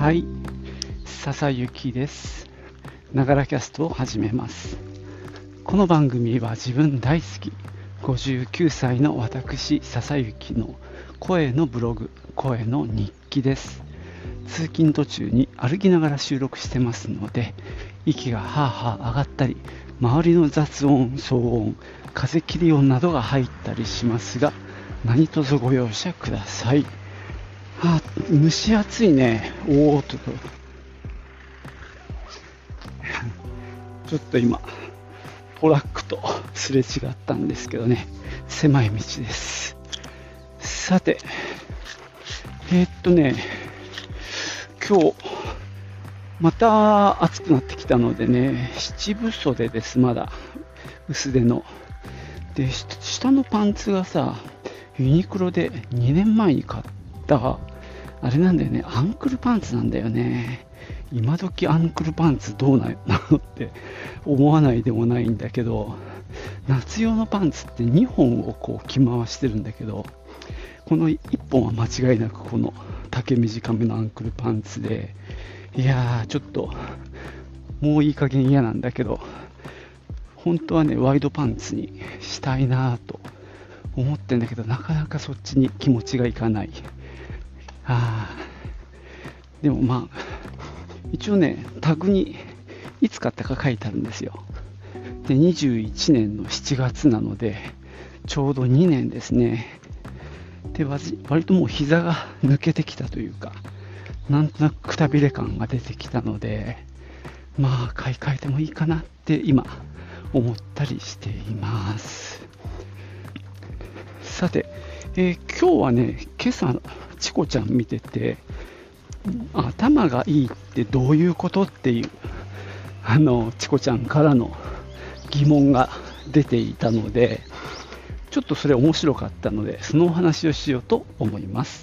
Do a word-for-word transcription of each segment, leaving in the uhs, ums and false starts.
はい、笹幸です。ながらキャストを始めます。この番組は自分大好きごじゅうきゅうさいの私笹幸の声のブログ、声の日記です。通勤途中に歩きながら収録してますので、息がはあはあ上がったり、周りの雑音、騒音、風切り音などが入ったりしますが、何卒ご容赦ください。あ、蒸し暑いね。おーっとと。ちょっと今、トラックとすれ違ったんですけどね、狭い道です。さて、えー、っとね、今日、また暑くなってきたのでね、七分袖です、まだ。薄手の。で、下のパンツがさ、ユニクロでにねんまえに買った、あれなんだよね、アンクルパンツなんだよね。今時アンクルパンツどうなのって思わないでもないんだけど、夏用のパンツってにほんをこう着回してるんだけど、このいっぽんは間違いなくこの丈短めのアンクルパンツで、いやーちょっともういい加減嫌なんだけど、本当はねワイドパンツにしたいなと思ってんだけど、なかなかそっちに気持ちがいかない。あーでもまあ一応ねタグにいつ買ったか書いてあるんですよ。でにじゅういちねんのしちがつなのでちょうどにねんですね。で割ともう膝が抜けてきたというか、なんとなくくたびれ感が出てきたので、まあ買い替えてもいいかなって今思ったりしています。さて、えー、今日はね今朝チコちゃん見てて、頭がいいってどういうことっていうあのチコちゃんからの疑問が出ていたので、ちょっとそれ面白かったのでそのお話をしようと思います。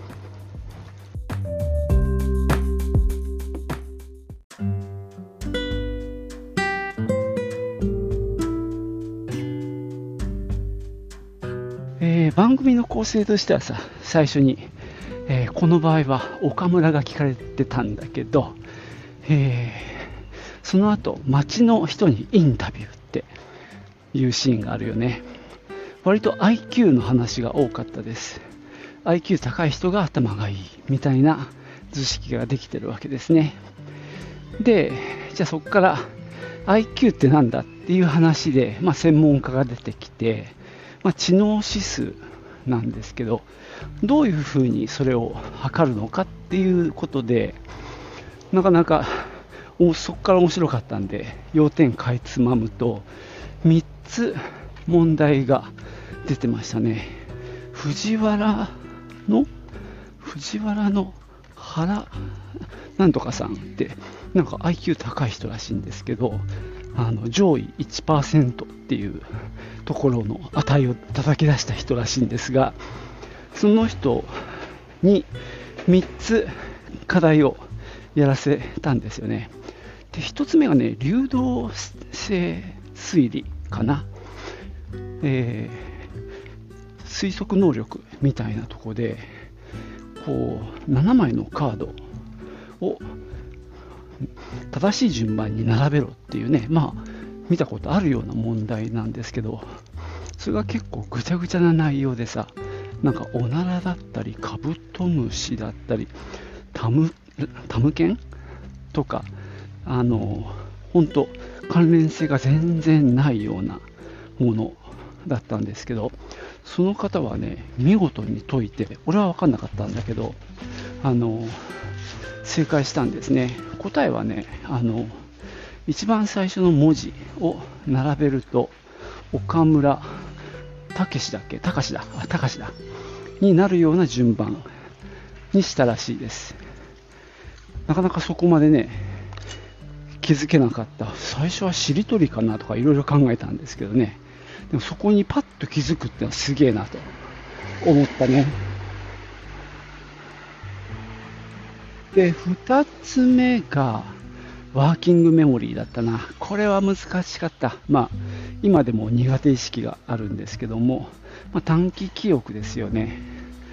えー、番組の構成としてはさ、最初に、えー、この場合は岡村が聞かれてたんだけど、えー、その後街の人にインタビューっていうシーンがあるよね。割と アイキュー の話が多かったです。 アイキュー 高い人が頭がいいみたいな図式ができてるわけですね。でじゃあそこから アイキュー ってなんだっていう話で、まあ、専門家が出てきて、まあ、知能指数なんですけど、どういうふうにそれを測るのかっていうことで、なかなかそこから面白かったんで要点かいつまむとみっつ問題が出てましたね。藤原の藤原の原なんとかさんってなんか アイキュー 高い人らしいんですけど、あの上位 いちパーセント っていうところの値を叩き出した人らしいんですが、その人にみっつ課題をやらせたんですよね。でひとつめがね流動性推理かな、えー、推測能力みたいなところでこうななまいのカードを正しい順番に並べろっていうね、まあ見たことあるような問題なんですけど、それが結構ぐちゃぐちゃな内容でさ、なんかおならだったりカブトムシだったりタムタムケンとか、あの本当関連性が全然ないようなものだったんですけど、その方はね見事に解いて、俺は分かんなかったんだけど、あの正解したんですね。答えはね、あの一番最初の文字を並べると岡村たけしだっけ、たかしだあたかしだになるような順番にしたらしいです。なかなかそこまでね気づけなかった。最初はしりとりかなとかいろいろ考えたんですけどね、でもそこにパッと気づくってのはすげえなと思ったね。でふたつめがワーキングメモリーだったな。これは難しかった。まあ今でも苦手意識があるんですけども、まあ、短期記憶ですよね。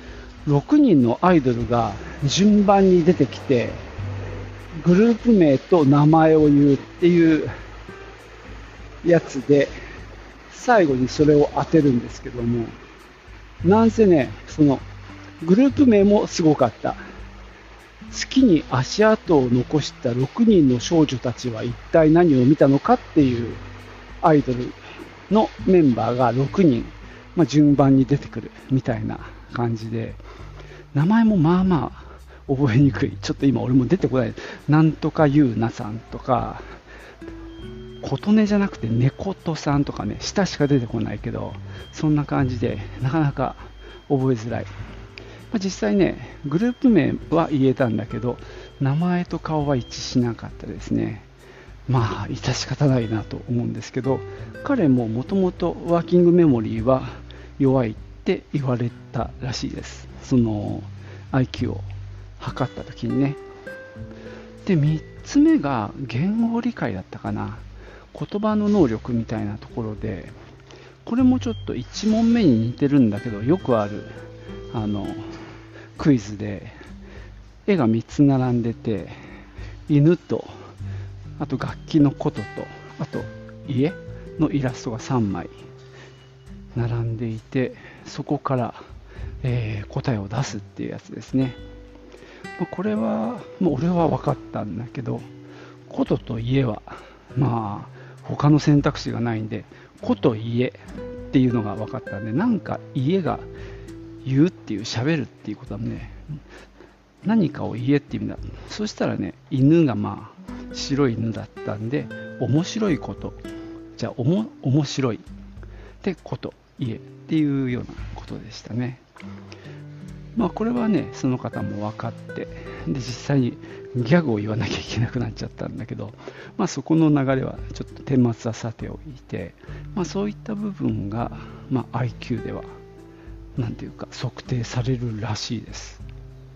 ろくにんのアイドルが順番に出てきて、グループ名と名前を言うっていうやつで、最後にそれを当てるんですけども、なんせね、そのグループ名もすごかった。月に足跡を残したろくにんの少女たちは一体何を見たのかっていうアイドルのメンバーがろくにん、まあ、順番に出てくるみたいな感じで、名前もまあまあ覚えにくい。ちょっと今俺も出てこない。なんとかゆうなさんとか、琴音じゃなくて猫とさんとかね、下しか出てこないけど、そんな感じでなかなか覚えづらい。まあ、実際ね、グループ名は言えたんだけど、名前と顔は一致しなかったですね。まあ、致し方ないなと思うんですけど、彼ももともとワーキングメモリーは弱いって言われたらしいです。その アイキュー を測った時にね。で、みっつめが言語理解だったかな。言葉の能力みたいなところで、これもちょっといち問目に似てるんだけど、よくあるあのクイズで、絵がみっつ並んでて、犬と、あと楽器のことと、あと家のイラストがさんまい並んでいて、そこから、えー答えを出すっていうやつですね。まあこれはもう俺は分かったんだけど、ことと家はまあ他の選択肢がないんで、こと家っていうのが分かったんで、なんか家が言うっていう、喋るっていうことはね、何かを言えって意味だ。そしたらね、犬がまあ白い犬だったんで、面白いこと、じゃあおも面白いでこと家っていうようなことでしたね。まあこれはね、その方も分かって、で実際にギャグを言わなきゃいけなくなっちゃったんだけど、まあそこの流れはちょっと顛末はさておいて、まあそういった部分が、まあ、アイキュー ではなんていうか測定されるらしいです。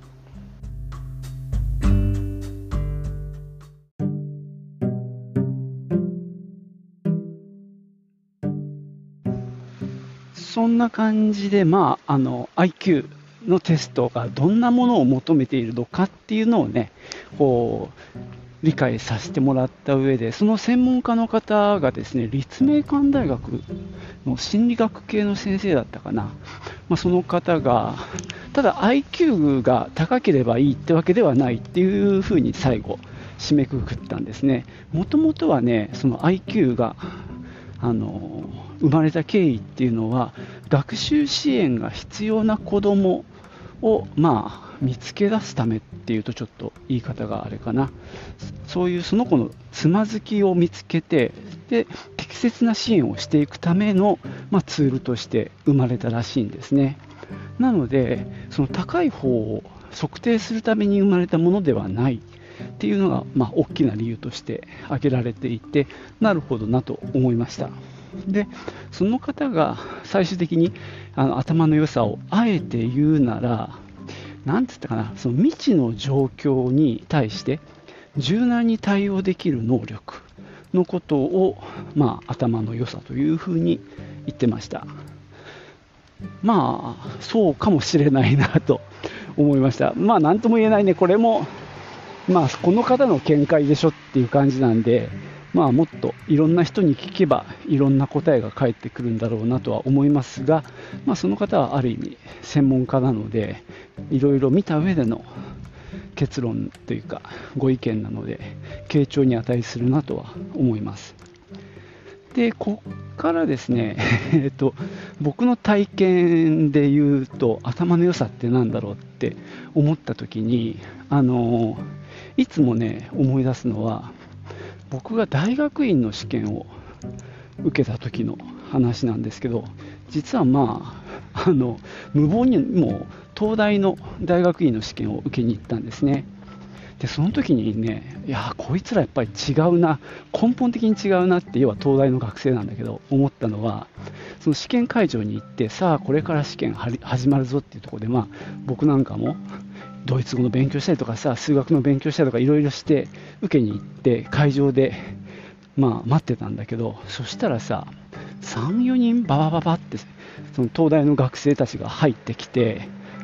そんな感じで、まあ、あの アイキュー のテストがどんなものを求めているのかっていうのをね、こう理解させてもらった上で、その専門家の方がですね、立命館大学の心理学系の先生だったかな、まあ、その方が、ただ アイキュー が高ければいいってわけではないっていうふうに最後締めくくったんですね。もともとはね、その アイキュー があの生まれた経緯っていうのは、学習支援が必要な子どもを、まあ、見つけ出すためっていうとちょっと言い方があれかな、そういうその子のつまずきを見つけて、で適切な支援をしていくための、まあ、ツールとして生まれたらしいんですね。なので、その高い方を測定するために生まれたものではないっていうのが、まあ、大きな理由として挙げられていて、なるほどなと思いました。で、その方が最終的にあの頭の良さをあえて言うなら、なんて言ったかな、その未知の状況に対して柔軟に対応できる能力のことを、まあ、頭の良さというふうに言ってました。まあ、そうかもしれないなと思いました。まあ、なんとも言えないね、これも、まあ、この方の見解でしょっていう感じなんで、まあ、もっといろんな人に聞けばいろんな答えが返ってくるんだろうなとは思いますが、まあ、その方はある意味専門家なので、いろいろ見た上での結論というかご意見なので、傾聴に値するなとは思います。で、ここからですね、えっと、僕の体験で言うと、頭の良さってなんだろうって思った時に、あのいつもね思い出すのは、僕が大学院の試験を受けた時の話なんですけど、実はまあ、あの無謀にも東大の大学院の試験を受けに行ったんですね。でその時にね、いやこいつらやっぱり違うな、根本的に違うなって、要は東大の学生なんだけど思ったのは、その試験会場に行って、さあこれから試験始まるぞっていうところで、まあ、僕なんかもドイツ語の勉強したりとかさ、数学の勉強したりとかいろいろして受けに行って会場で、まあ、待ってたんだけど、そしたらさ、さん、よにんババババってその東大の学生たちが入ってきて、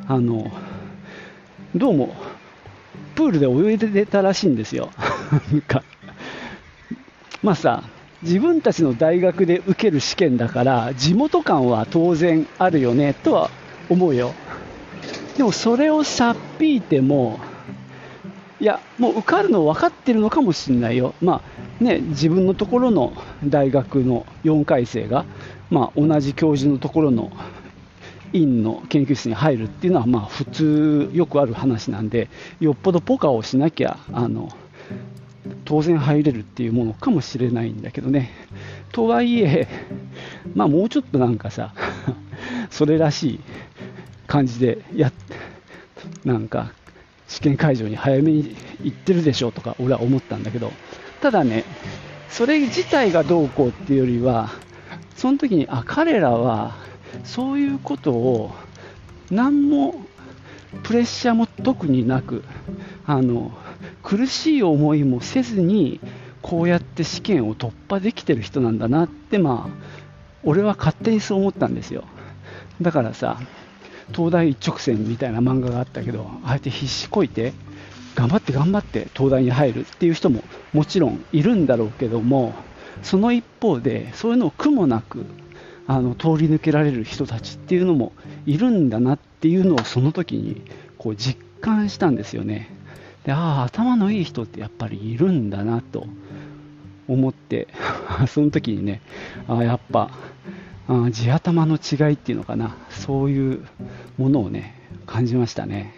あのどうもプールで泳いでたらしいんですよ。なんかまあさ、自分たちの大学で受ける試験だから地元感は当然あるよねとは思うよ。でもそれをさっぴいても、いやもう受かるの分かってるのかもしれないよ。まあね、自分のところの大学のよんかい生が、まあ、同じ教授のところの院の研究室に入るっていうのはまあ普通よくある話なんで、よっぽどポカをしなきゃあの当然入れるっていうものかもしれないんだけどね。とはいえ、まあ、もうちょっとなんかさそれらしい感じでやなんか試験会場に早めに行ってるでしょうとか俺は思ったんだけど、ただね、それ自体がどうこうっていうよりは、その時にあ彼らはそういうことを何もプレッシャーも特になく、あの苦しい思いもせずにこうやって試験を突破できてる人なんだなって、まあ俺は勝手にそう思ったんですよ。だからさ、東大一直線みたいな漫画があったけど、ああやって必死こいて頑張って頑張って東大に入るっていう人ももちろんいるんだろうけども、その一方でそういうのを苦もなくあの通り抜けられる人たちっていうのもいるんだなっていうのをその時にこう実感したんですよね。で、ああ頭のいい人ってやっぱりいるんだなと思ってその時にね、ああやっぱあ地頭の違いっていうのかな、そういうものをね感じましたね。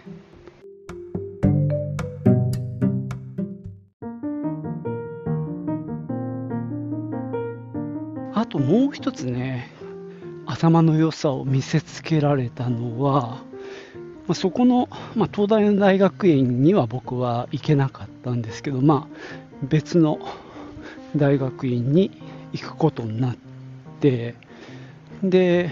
あともう一つね、頭の良さを見せつけられたのは、まあ、そこの、まあ、東大の大学院には僕は行けなかったんですけど、まあ、別の大学院に行くことになって、で、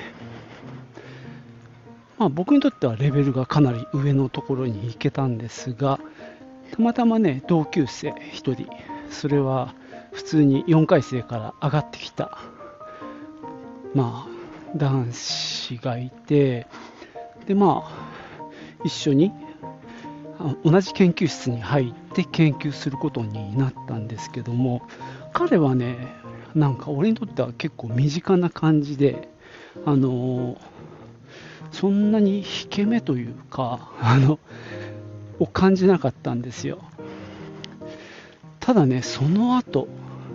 まあ、僕にとってはレベルがかなり上のところに行けたんですが、たまたまね同級生ひとり、それは普通によんかい生から上がってきた、まあ、男子がいて、でまあ一緒に同じ研究室に入って研究することになったんですけども、彼はねなんか俺にとっては結構身近な感じで、あのそんなに引け目というかあのを感じなかったんですよ。ただね、その後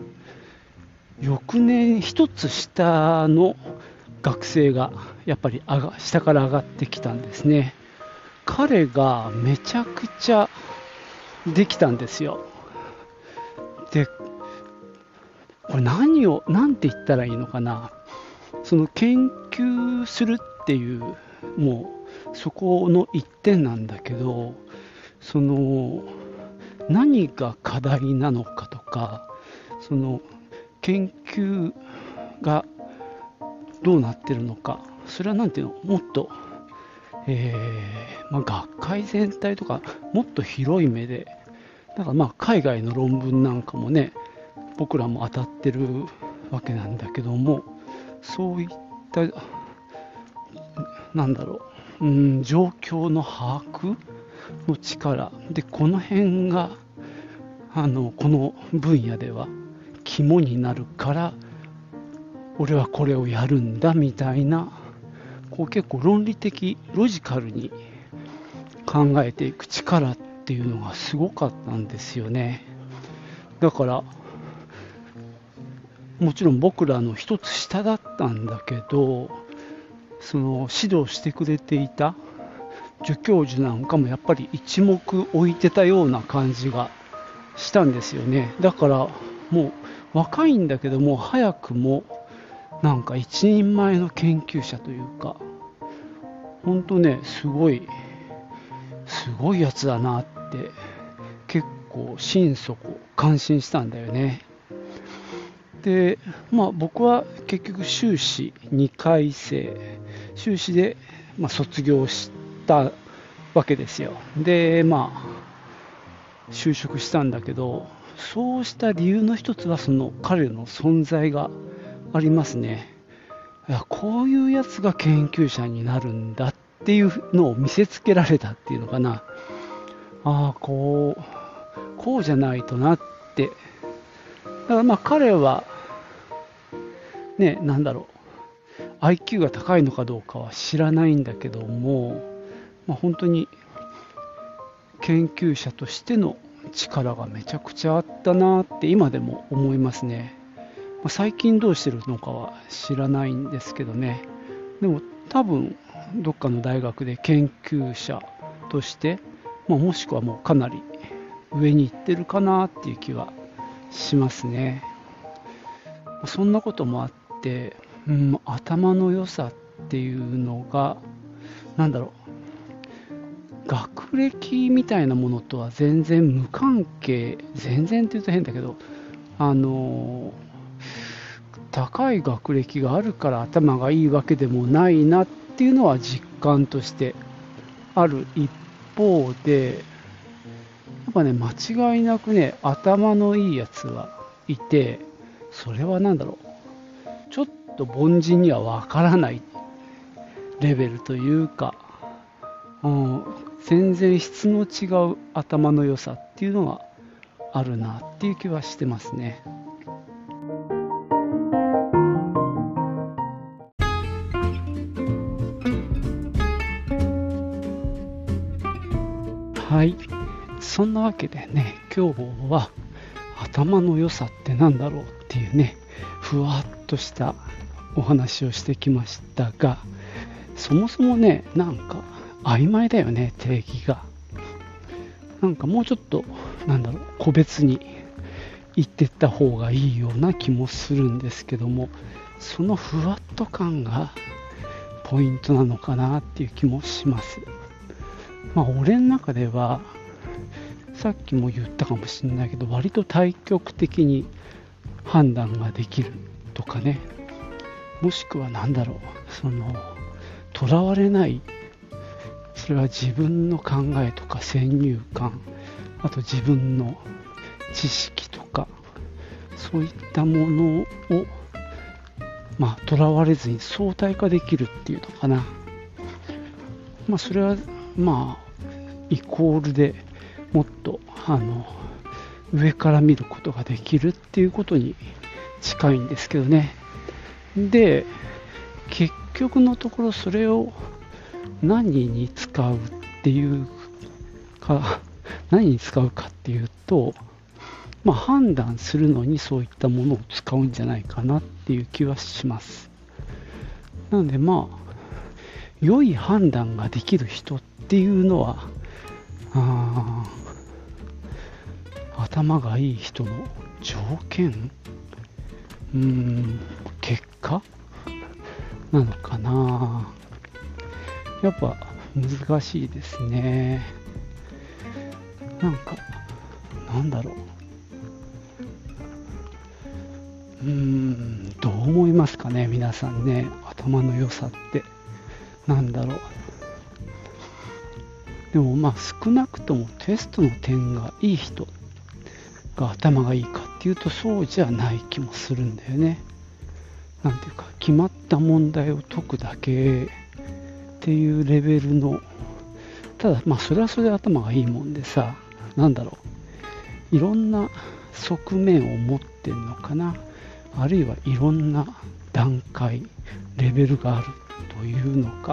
翌年一つ下の学生がやっぱり上が下から上がってきたんですね。彼がめちゃくちゃできたんですよ。で、これ何を何て言ったらいいのかな、その研究するっていうもうそこの一点なんだけど、その何が課題なのかとか、その研究がどうなってるのか、それはなんていうの、もっと、えーまあ、学会全体とかもっと広い目で、だからまあ海外の論文なんかもね僕らも当たってるわけなんだけども、そういったなんだろう、うん、状況の把握の力で、この辺があのこの分野では肝になるから俺はこれをやるんだみたいな、こう結構論理的ロジカルに考えていく力っていうのがすごかったんですよね。だからもちろん僕らの一つ下だったんだけど、その指導してくれていた助教授なんかもやっぱり一目置いてたような感じがしたんですよね。だからもう若いんだけども早くもなんか一人前の研究者というか、本当ねすごいすごいやつだなって結構心底感心したんだよね。で、まあ僕は結局修士にかい生、修士でまあ卒業したわけですよ。で、まあ就職したんだけど、そうした理由の一つはその彼の存在がありますね。いや、こういうやつが研究者になるんだっっていうのを見せつけられたっていうのかな。ああ、こう、こうじゃないとなって。だからまあ彼は、ね、なんだろう、アイキュー が高いのかどうかは知らないんだけども、まあ、本当に研究者としての力がめちゃくちゃあったなって今でも思いますね。まあ、最近どうしてるのかは知らないんですけどね。でも多分どっかの大学で研究者として、まあ、もしくはもうかなり上に行ってるかなっていう気はしますね。そんなこともあって、うん、頭の良さっていうのがなんだろう、学歴みたいなものとは全然無関係、全然って言うと変だけど、あの高い学歴があるから頭がいいわけでもないなっていうのは実感としてある一方で、やっぱね、間違いなくね、頭のいいやつはいて、それは何だろう、ちょっと凡人にはわからないレベルというか、うん、全然質の違う頭の良さっていうのがあるなっていう気はしてますね。はい、そんなわけでね、今日は頭の良さってなんだろうっていうね、ふわっとしたお話をしてきましたが、そもそもね、なんか曖昧だよね、定義が。なんかもうちょっと、なんだろう、個別に言ってった方がいいような気もするんですけども、そのふわっと感がポイントなのかなっていう気もします。まあ俺の中では、さっきも言ったかもしれないけど、割と対極的に判断ができるとかね、もしくは何だろう、そのとらわれない、それは自分の考えとか先入観、あと自分の知識とか、そういったものをまあとらわれずに相対化できるっていうのかな。まあそれはまあイコールでもっとあの上から見ることができるっていうことに近いんですけどね。で、結局のところそれを何に使うっていうか、何に使うかっていうと、まあ、判断するのにそういったものを使うんじゃないかなっていう気はします。なのでまあ良い判断ができる人っていうのはあ頭がいい人の条件、うーん結果なのかな。やっぱ難しいですね。なんかなんだろう、うーんどう思いますかね皆さんね。頭の良さってなんだろう。でもまあ少なくともテストの点がいい人が頭がいいかっていうとそうじゃない気もするんだよね。なんていうか、決まった問題を解くだけっていうレベルの、ただまあそれはそれで頭がいいもんでさ、なんだろう、いろんな側面を持ってんのかな、あるいはいろんな段階レベルがあるというのか。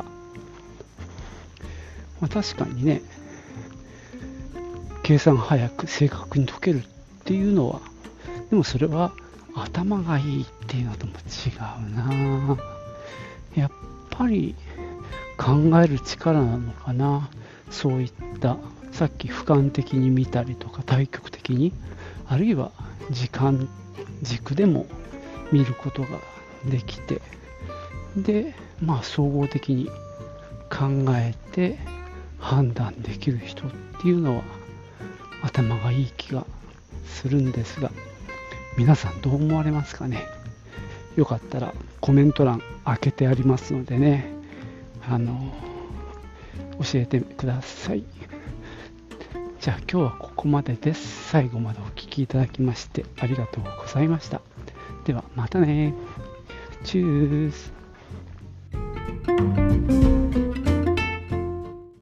まあ、確かにね、計算早く正確に解けるっていうのは、でもそれは頭がいいっていうのとも違うな。やっぱり考える力なのかな。そういったさっき俯瞰的に見たりとか対極的に、あるいは時間軸でも見ることができて、でまあ総合的に考えて判断できる人っていうのは頭がいい気がするんですが、皆さんどう思われますかね。よかったらコメント欄開けてありますのでね、あの教えてください。じゃあ今日はここまでです。最後までお聞きいただきましてありがとうございました。ではまたね。チュース。